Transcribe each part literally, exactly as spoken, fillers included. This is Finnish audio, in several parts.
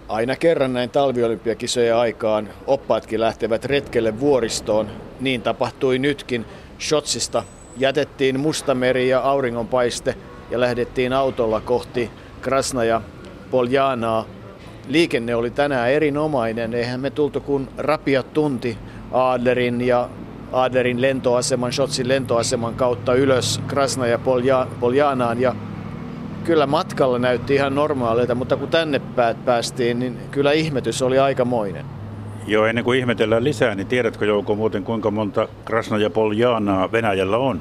Aina kerran näin talviolympiakisojen aikaan oppaatkin lähtevät retkelle vuoristoon. Niin tapahtui nytkin. Sotsista jätettiin Mustameri ja auringonpaiste ja lähdettiin autolla kohti Krasnaja Poljanaa. Liikenne oli tänään erinomainen. Eihän me tultu kuin rapia tunti Adlerin ja Adlerin lentoaseman, Sotsin lentoaseman kautta ylös Krasnaja Poljanaan. Ja kyllä matkalla näytti ihan normaalilta, mutta kun tänne päästiin, niin kyllä ihmetys oli aikamoinen. Joo, ennen kuin ihmetellään lisää, niin tiedätkö Jouko muuten kuinka monta Krasnaja Poljanaa Venäjällä on?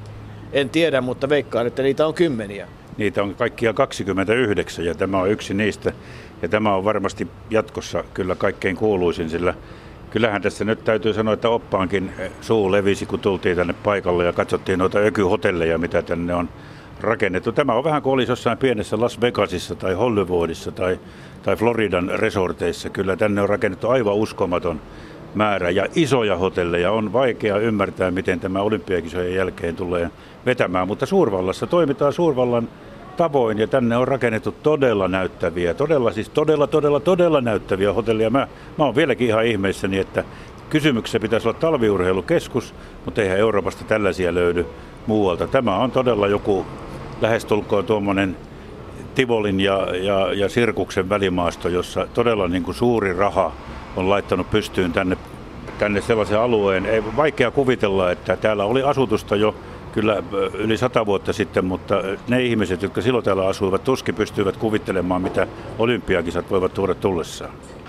En tiedä, mutta veikkaan, että niitä on kymmeniä. Niitä on kaikkia kaksikymmentäyhdeksän ja tämä on yksi niistä. Ja tämä on varmasti jatkossa kyllä kaikkein kuuluisin, sillä kyllähän tässä nyt täytyy sanoa, että oppaankin suu levisi, kun tultiin tänne paikalle ja katsottiin noita ökyhotelleja, mitä tänne on rakennettu. Tämä on vähän kuin olisi jossain pienessä Las Vegasissa tai Hollywoodissa tai, tai Floridan resorteissa. Kyllä tänne on rakennettu aivan uskomaton määrä ja isoja hotelleja. On vaikea ymmärtää, miten tämä olympiakisojen jälkeen tulee vetämään, mutta Suurvallassa toimitaan Suurvallan tavoin ja tänne on rakennettu todella näyttäviä, todella siis todella, todella, todella näyttäviä hotelleja. Mä, mä oon vieläkin ihan ihmeissäni, että kysymyksessä pitäisi olla talviurheilukeskus, mutta eihän Euroopasta tällaisia löydy muualta. Tämä on todella joku lähestulkoon tuommoinen Tivolin ja, ja, ja Sirkuksen välimaasto, jossa todella niin kuin suuri raha on laittanut pystyyn tänne, tänne sellaisen alueen. Ei vaikea kuvitella, että täällä oli asutusta jo kyllä yli sata vuotta sitten, mutta ne ihmiset, jotka silloin täällä asuivat, tuskin pystyivät kuvittelemaan, mitä olympiakisat voivat tuoda tullessaan.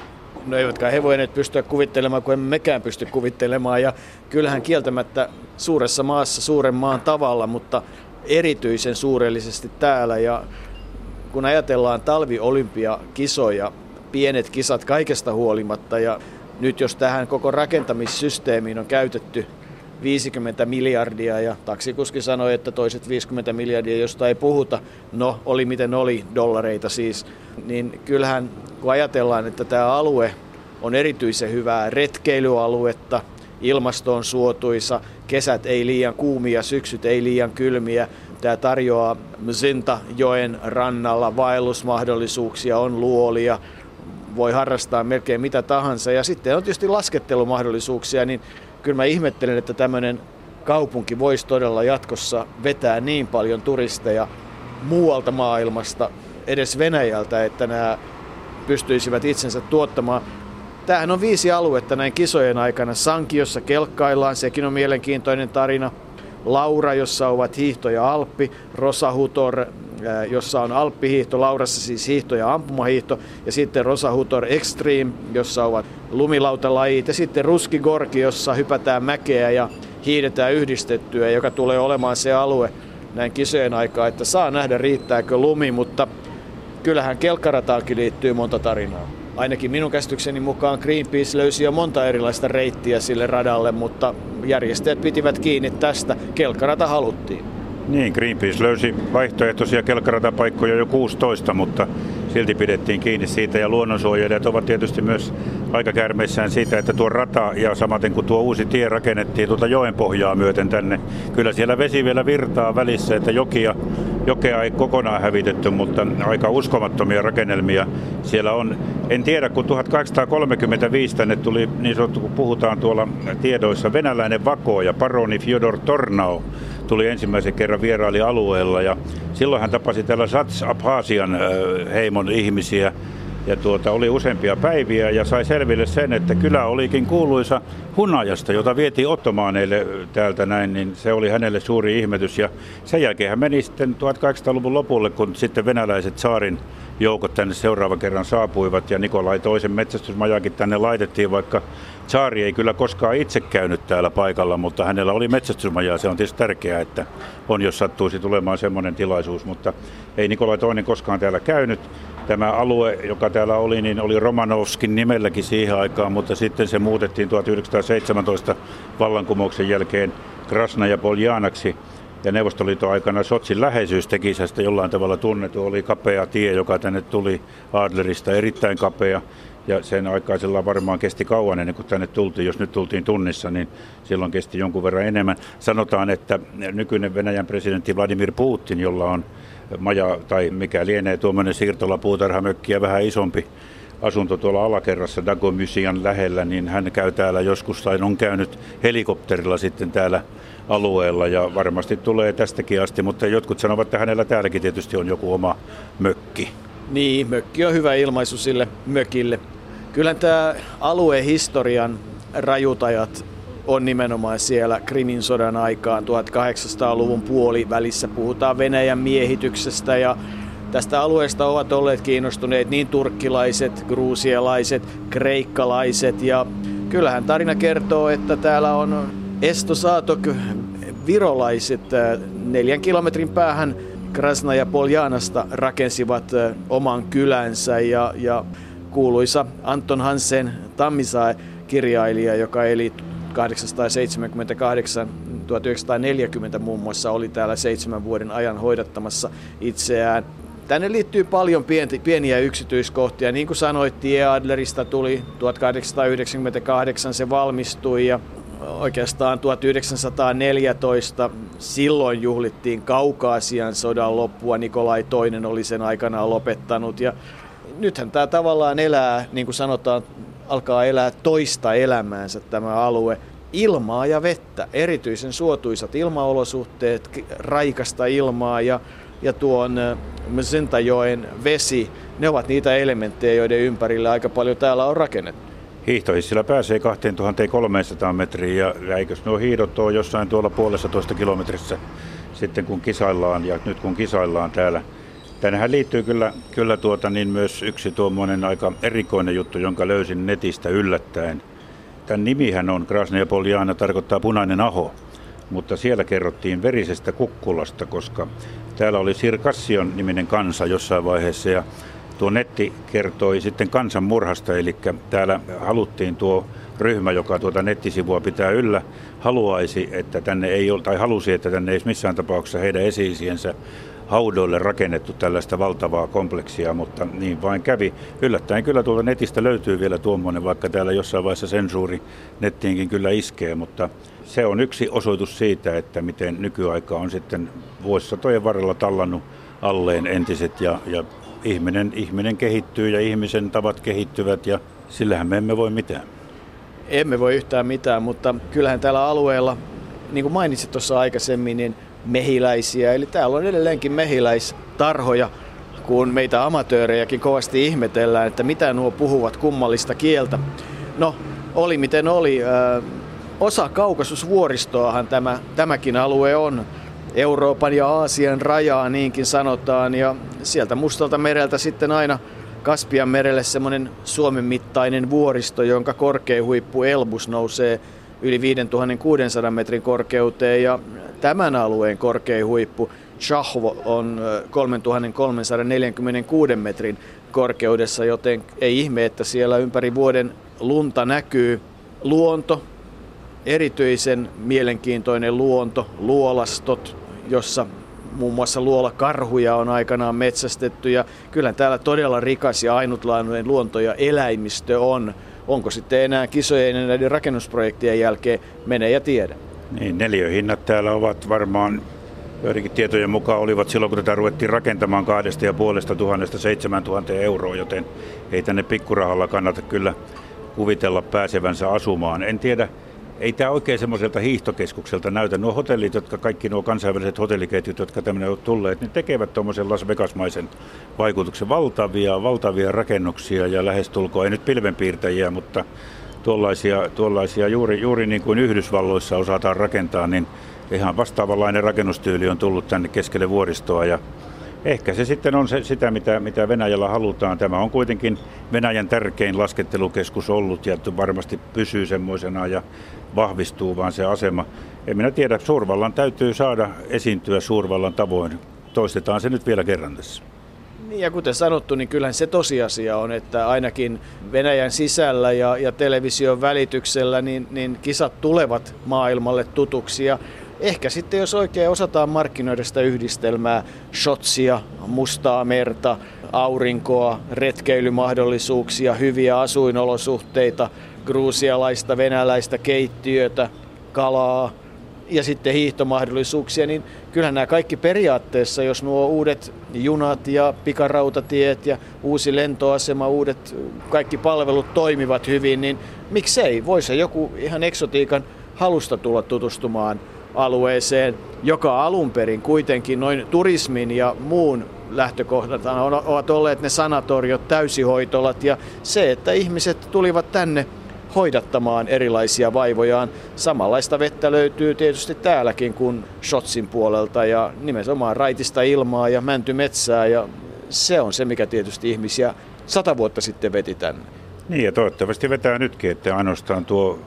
No eivätkä he voineet pystyä kuvittelemaan, kun emme mekään pysty kuvittelemaan. Ja kyllähän kieltämättä suuressa maassa suuren maan tavalla, mutta erityisen suurellisesti täällä. Ja kun ajatellaan talviolympiakisoja, pienet kisat kaikesta huolimatta, ja nyt jos tähän koko rakentamissysteemiin on käytetty viisikymmentä miljardia ja taksikuski sanoi, että toiset viisikymmentä miljardia, josta ei puhuta, no oli miten oli, dollareita siis, niin kyllähän kun ajatellaan, että tämä alue on erityisen hyvää retkeilyaluetta, ilmasto on suotuisa, kesät ei liian kuumia, syksyt ei liian kylmiä, tämä tarjoaa Mzinta-joen rannalla vaellusmahdollisuuksia, on luolia, voi harrastaa melkein mitä tahansa ja sitten on tietysti laskettelumahdollisuuksia, niin kyllä mä ihmettelen, että tämmöinen kaupunki voisi todella jatkossa vetää niin paljon turisteja muualta maailmasta, edes Venäjältä, että nämä pystyisivät itsensä tuottamaan. Tämähän on viisi aluetta näin kisojen aikana. Sanki, jossa kelkkaillaan, sekin on mielenkiintoinen tarina. Laura, jossa ovat hiihto ja alppi. Rosahutor, jossa on alppihiihto. Laurassa siis hiihto ja ampumahiihto. Ja sitten Rosahutor Extreme, jossa ovat lumilautalajit. Ja sitten Ruski Gorki, jossa hypätään mäkeä ja hiidetään yhdistettyä, joka tulee olemaan se alue näin kisojen aikaa, että saa nähdä riittääkö lumi, mutta kyllähän kelkkarataakin liittyy monta tarinaa. Ainakin minun käsitykseni mukaan Greenpeace löysi jo monta erilaista reittiä sille radalle, mutta järjestäjät pitivät kiinni tästä. Kelkkarata haluttiin. Niin, Greenpeace löysi vaihtoehtoisia kelkkaratapaikkoja jo kuusitoista, mutta silti pidettiin kiinni siitä. Ja luonnonsuojelijat ovat tietysti myös aika käärmeissään siitä, että tuo rata ja samaten kuin tuo uusi tie rakennettiin tuota joen pohjaa myöten tänne. Kyllä siellä vesi vielä virtaa välissä, että jokia, jokea ei kokonaan hävitetty, mutta aika uskomattomia rakennelmia siellä on. En tiedä, kun tuhatkahdeksansataakolmekymmentäviisi tänne tuli niin sanottu, kun puhutaan tuolla tiedoissa, venäläinen vakooja, paroni Fjodor Tornau tuli ensimmäisen kerran vieraili alueella ja silloin hän tapasi täällä Sats-Abhasian heimon ihmisiä ja tuota, oli useampia päiviä ja sai selville sen, että kylä olikin kuuluisa hunajasta, jota vietiin ottomaaneille täältä näin, niin se oli hänelle suuri ihmetys ja sen jälkeen hän meni sitten tuhatkahdeksansataaluvun lopulle, kun sitten venäläiset saarin joukot tänne seuraavan kerran saapuivat ja Nikolai toisen metsästysmajakin tänne laitettiin, vaikka tsaari ei kyllä koskaan itse käynyt täällä paikalla, mutta hänellä oli metsästysmaja. Se on tietysti tärkeää, että on, jos sattuisi tulemaan semmoinen tilaisuus, mutta ei Nikolai toinen koskaan täällä käynyt. Tämä alue, joka täällä oli, niin oli Romanovskin nimelläkin siihen aikaan, mutta sitten se muutettiin tuhatyhdeksänsataaseitsemäntoista vallankumouksen jälkeen Krasnaja Poljanaksi. Ja Neuvostoliiton aikana Sotsin läheisyys teki sitä jollain tavalla tunnettu. Oli kapea tie, joka tänne tuli Adlerista, erittäin kapea. Ja sen aikaisella varmaan kesti kauan ennen kuin tänne tultiin. Jos nyt tultiin tunnissa, niin silloin kesti jonkun verran enemmän. Sanotaan, että nykyinen Venäjän presidentti Vladimir Putin, jolla on maja tai mikä lienee tuommoinen siirtolapuutarhamökki ja vähän isompi asunto tuolla alakerrassa Dagomysian lähellä, niin hän käy täällä joskus tai on käynyt helikopterilla sitten täällä alueella ja varmasti tulee tästäkin asti, mutta jotkut sanovat, että hänellä täälläkin tietysti on joku oma mökki. Niin, mökki on hyvä ilmaisu sille mökille. Kyllä tämä alueen historian rajutajat on nimenomaan siellä Krimin sodan aikaan tuhatkahdeksansataaluvun puolivälissä. Puhutaan Venäjän miehityksestä ja tästä alueesta ovat olleet kiinnostuneet niin turkkilaiset, gruusialaiset, kreikkalaiset ja kyllähän tarina kertoo, että täällä on Esto Saatok virolaiset neljän kilometrin päähän Krasnaja Poljanasta rakensivat oman kylänsä ja, ja kuuluisa Anton Hansen Tammisae kirjailija, joka eli tuhatkahdeksansataaseitsemänkymmentäkahdeksan tuhatyhdeksänsataaneljäkymmentä muun muassa oli täällä seitsemän vuoden ajan hoidattamassa itseään. Tänne liittyy paljon pieni, pieniä yksityiskohtia. Niin kuin sanoit, Tie Adlerista tuli tuhatkahdeksansataayhdeksänkymmentäkahdeksan, se valmistui ja oikeastaan tuhatyhdeksänsataaneljätoista silloin juhlittiin Kaukaasian sodan loppua. Nikolai toinen oli sen aikanaan lopettanut ja nythän tämä tavallaan elää, niin kuin sanotaan, alkaa elää toista elämäänsä tämä alue. Ilmaa ja vettä, erityisen suotuisat ilmaolosuhteet, raikasta ilmaa ja, ja tuon Msyntäjoen vesi, ne ovat niitä elementtejä, joiden ympärillä aika paljon täällä on rakennettu. Hiihtohissillä pääsee kaksituhattakolmesataa metriä ja eikös nuo hiidot ole jossain tuolla puolessa toista kilometrissä sitten kun kisaillaan ja nyt kun kisaillaan täällä. Tänähän liittyy kyllä, kyllä tuota, niin myös yksi tuommoinen aika erikoinen juttu, jonka löysin netistä yllättäen. Tämän nimihän on Krasnaja Poljana, tarkoittaa punainen aho, mutta siellä kerrottiin verisestä kukkulasta, koska täällä oli Sirkassion niminen kansa jossain vaiheessa ja tuo netti kertoi sitten kansanmurhasta, eli täällä haluttiin tuo ryhmä, joka tuota nettisivua pitää yllä, haluaisi, että tänne ei ole, tai halusi, että tänne ei missään tapauksessa heidän esi-isiensä haudoille rakennettu tällaista valtavaa kompleksia, mutta niin vain kävi. Yllättäen kyllä tuolta netistä löytyy vielä tuommoinen, vaikka täällä jossain vaiheessa sensuuri nettiinkin kyllä iskee, mutta se on yksi osoitus siitä, että miten nykyaika on sitten vuosisatojen varrella tallannut alleen entiset ja, ja ihminen, ihminen kehittyy ja ihmisen tavat kehittyvät ja sillähän me emme voi mitään. Emme voi yhtään mitään, mutta kyllähän täällä alueella, niin kuin mainitsit tuossa aikaisemmin, niin mehiläisiä, eli täällä on edelleenkin mehiläistarhoja, kun meitä amatöörejäkin kovasti ihmetellään, että mitä nuo puhuvat kummallista kieltä. No, oli miten oli. Osa Kaukasusvuoristoahan tämä, tämäkin alue on. Euroopan ja Aasian rajaa niinkin sanotaan, ja sieltä Mustalta mereltä sitten aina Kaspian merelle semmoinen Suomen mittainen vuoristo, jonka korkein huippu Elbus nousee yli viisituhattakuusisataa metrin korkeuteen ja tämän alueen korkein huippu Chahvo on kolmetuhattakolmesataaneljäkymmentäkuusi metrin korkeudessa, joten ei ihme, että siellä ympäri vuoden lunta näkyy. Luonto, erityisen mielenkiintoinen luonto, luolastot, jossa muun muassa luolakarhuja on aikanaan metsästetty ja kyllä täällä todella rikas ja ainutlaatuinen luonto ja eläimistö on. Onko sitten enää kisojen ja näiden rakennusprojektien jälkeen, mene ja tiedä. Niin, neliöhinnat täällä ovat varmaan, joidenkin tietojen mukaan olivat silloin, kun tätä ruvettiin rakentamaan kahdesta ja puolesta tuhannesta seitsemän tuhanteen euroa, joten ei tänne pikkurahalla kannata kyllä kuvitella pääsevänsä asumaan. En tiedä, ei tämä oikein semmoiselta hiihtokeskukselta näytä. Nuo hotellit, jotka kaikki nuo kansainväliset hotelliketjut, jotka tämmöinen on tulleet, niin tekevät tuommoisen Las Vegas-maisen vaikutuksen. Valtavia, valtavia rakennuksia ja lähestulkoon, ei nyt pilvenpiirtäjiä, mutta tuollaisia, tuollaisia juuri, juuri niin kuin Yhdysvalloissa osataan rakentaa, niin ihan vastaavanlainen rakennustyyli on tullut tänne keskelle vuoristoa ja ehkä se sitten on se, sitä, mitä, mitä Venäjällä halutaan. Tämä on kuitenkin Venäjän tärkein laskettelukeskus ollut ja varmasti pysyy semmoisena ja vahvistuu vaan se asema. En minä tiedä, suurvallan täytyy saada esiintyä suurvallan tavoin. Toistetaan se nyt vielä kerran tässä. Niin ja kuten sanottu, niin kyllähän se tosiasia on, että ainakin Venäjän sisällä ja, ja television välityksellä niin, niin kisat tulevat maailmalle tutuksi. Ja ehkä sitten jos oikein osataan markkinoida sitä yhdistelmää, shotsia, mustaa merta, aurinkoa, retkeilymahdollisuuksia, hyviä asuinolosuhteita, gruusialaista, venäläistä keittiötä, kalaa, ja sitten hiihtomahdollisuuksia, niin kyllähän nämä kaikki periaatteessa, jos nuo uudet junat ja pikarautatiet ja uusi lentoasema, uudet kaikki palvelut toimivat hyvin, niin miksei? Voisi joku ihan eksotiikan halusta tulla tutustumaan alueeseen, joka alun perin kuitenkin noin turismin ja muun lähtökohdat ovat olleet ne sanatoriot, täysihoitolat ja se, että ihmiset tulivat tänne hoidattamaan erilaisia vaivojaan. Samanlaista vettä löytyy tietysti täälläkin kuin Shotsin puolelta ja nimenomaan raitista ilmaa ja mäntymetsää ja se on se, mikä tietysti ihmisiä sata vuotta sitten veti tänne. Niin ja toivottavasti vetää nytkin, että ainoastaan tuo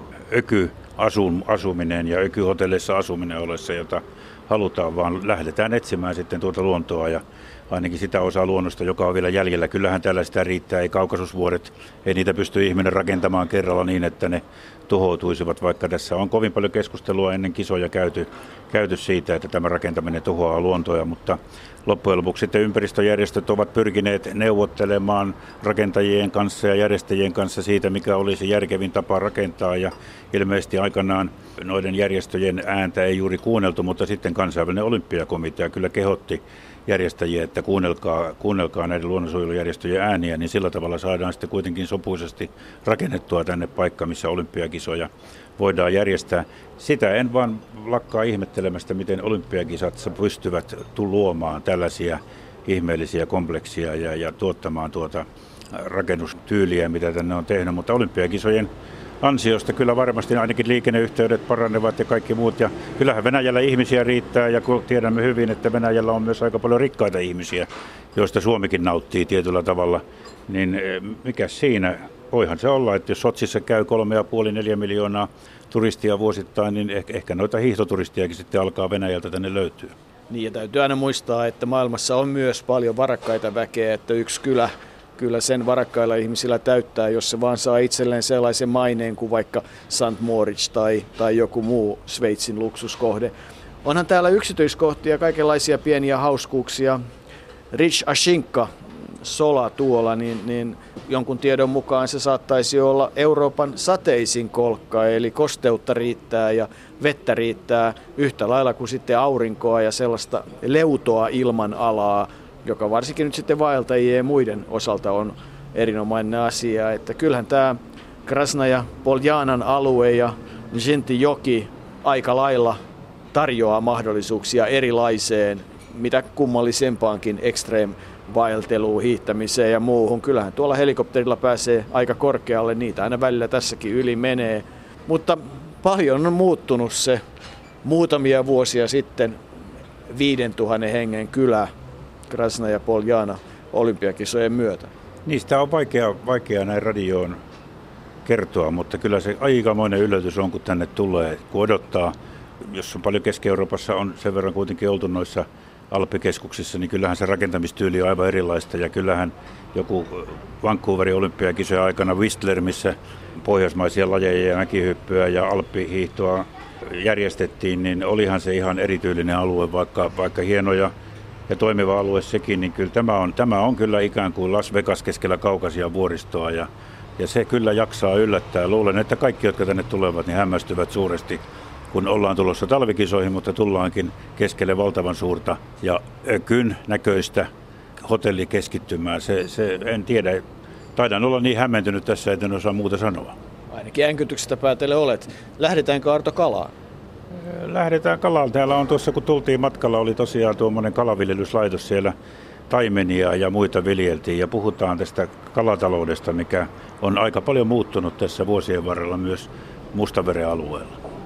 ökyasuminen ja ökyhotelleissa asuminen ole se, jota halutaan, vaan lähdetään etsimään sitten tuota luontoa ja ainakin sitä osaa luonnosta, joka on vielä jäljellä. Kyllähän täällä sitä riittää, ei Kaukasusvuoret, ei niitä pysty ihminen rakentamaan kerralla niin, että ne tuhoutuisivat, vaikka tässä on kovin paljon keskustelua ennen kisoja käyty, käyty siitä, että tämä rakentaminen tuhoaa luontoa, mutta loppujen lopuksi sitten ympäristöjärjestöt ovat pyrkineet neuvottelemaan rakentajien kanssa ja järjestäjien kanssa siitä, mikä olisi järkevin tapa rakentaa ja ilmeisesti aikanaan noiden järjestöjen ääntä ei juuri kuunneltu, mutta sitten kansainvälinen olympiakomitea kyllä kehotti järjestäjiä, että kuunnelkaa, kuunnelkaa näiden luonnonsuojelujärjestöjen ääniä, niin sillä tavalla saadaan sitten kuitenkin sopuisesti rakennettua tänne paikka, missä olympiakisoja voidaan järjestää. Sitä en vaan lakkaa ihmettelemästä, miten olympiakisat pystyvät luomaan tällaisia ihmeellisiä kompleksia ja, ja tuottamaan tuota rakennustyyliä, mitä tänne on tehnyt, mutta olympiakisojen ansiosta kyllä varmasti ainakin liikenneyhteydet paranevat ja kaikki muut. Ja kyllähän Venäjällä ihmisiä riittää ja kun tiedämme hyvin, että Venäjällä on myös aika paljon rikkaita ihmisiä, joista Suomikin nauttii tietyllä tavalla, niin mikä siinä? Voihan se olla, että jos Sotsissa käy kolme ja puoli neljä miljoonaa turistia vuosittain, niin ehkä, ehkä noita hiihtoturistiakin sitten alkaa Venäjältä tänne löytyä. Niin ja täytyy aina muistaa, että maailmassa on myös paljon varakkaita väkeä, että yksi kylä Kyllä sen varakkailla ihmisillä täyttää, jos se vaan saa itselleen sellaisen maineen kuin vaikka Sankt Moritz tai, tai joku muu Sveitsin luksuskohde. Onhan täällä yksityiskohtia, kaikenlaisia pieniä hauskuuksia. Rich Ashinka, sola tuolla, niin, niin jonkun tiedon mukaan se saattaisi olla Euroopan sateisin kolkka, eli kosteutta riittää ja vettä riittää yhtä lailla kuin sitten aurinkoa ja sellaista leutoa ilmanalaa, joka varsinkin nyt sitten vaeltajien ja muiden osalta on erinomainen asia. Että kyllähän tämä Krasnaja Poljanan alue ja Žintijoki aika lailla tarjoaa mahdollisuuksia erilaiseen, mitä kummallisempaankin extreme-vaelteluun, hiihtämiseen ja muuhun. Kyllähän tuolla helikopterilla pääsee aika korkealle, niitä aina välillä tässäkin yli menee. Mutta paljon on muuttunut se muutamia vuosia sitten viidentuhannen hengen kylä Krasnaja Poljana olympiakisojen myötä. Niistä on vaikea, vaikea näin radioon kertoa, mutta kyllä se aikamoinen yllätys on, kun tänne tulee, kun odottaa. Jos on paljon Keski-Euroopassa on sen verran kuitenkin oltu noissa alppikeskuksissa, niin kyllähän se rakentamistyyli on aivan erilaista. Ja kyllähän joku Vancouverin olympiakisojen aikana Whistler, missä pohjoismaisia lajeja ja mäkihyppyä ja alppihiihtoa järjestettiin, niin olihan se ihan erityylinen alue, vaikka, vaikka hienoja ja toimiva alue sekin, niin kyllä tämä on, tämä on kyllä ikään kuin Las Vegas keskellä Kaukasia vuoristoa ja, ja se kyllä jaksaa yllättää. Luulen, että kaikki, jotka tänne tulevat, niin hämmästyvät suuresti, kun ollaan tulossa talvikisoihin, mutta tullaankin keskelle valtavan suurta ja ökyn näköistä hotellikeskittymää. Se, se, en tiedä, taidan olla niin hämmentynyt tässä, että en osaa muuta sanoa. Ainakin änkytyksestä päätelle olet. Lähdetäänkö Arto kalaan? Lähdetään kalaan. Täällä on tuossa, kun tultiin matkalla, oli tosiaan tuommoinen kalaviljelyslaitos siellä. Taimenia ja muita viljeltiin ja puhutaan tästä kalataloudesta, mikä on aika paljon muuttunut tässä vuosien varrella myös Mustaveren alueella.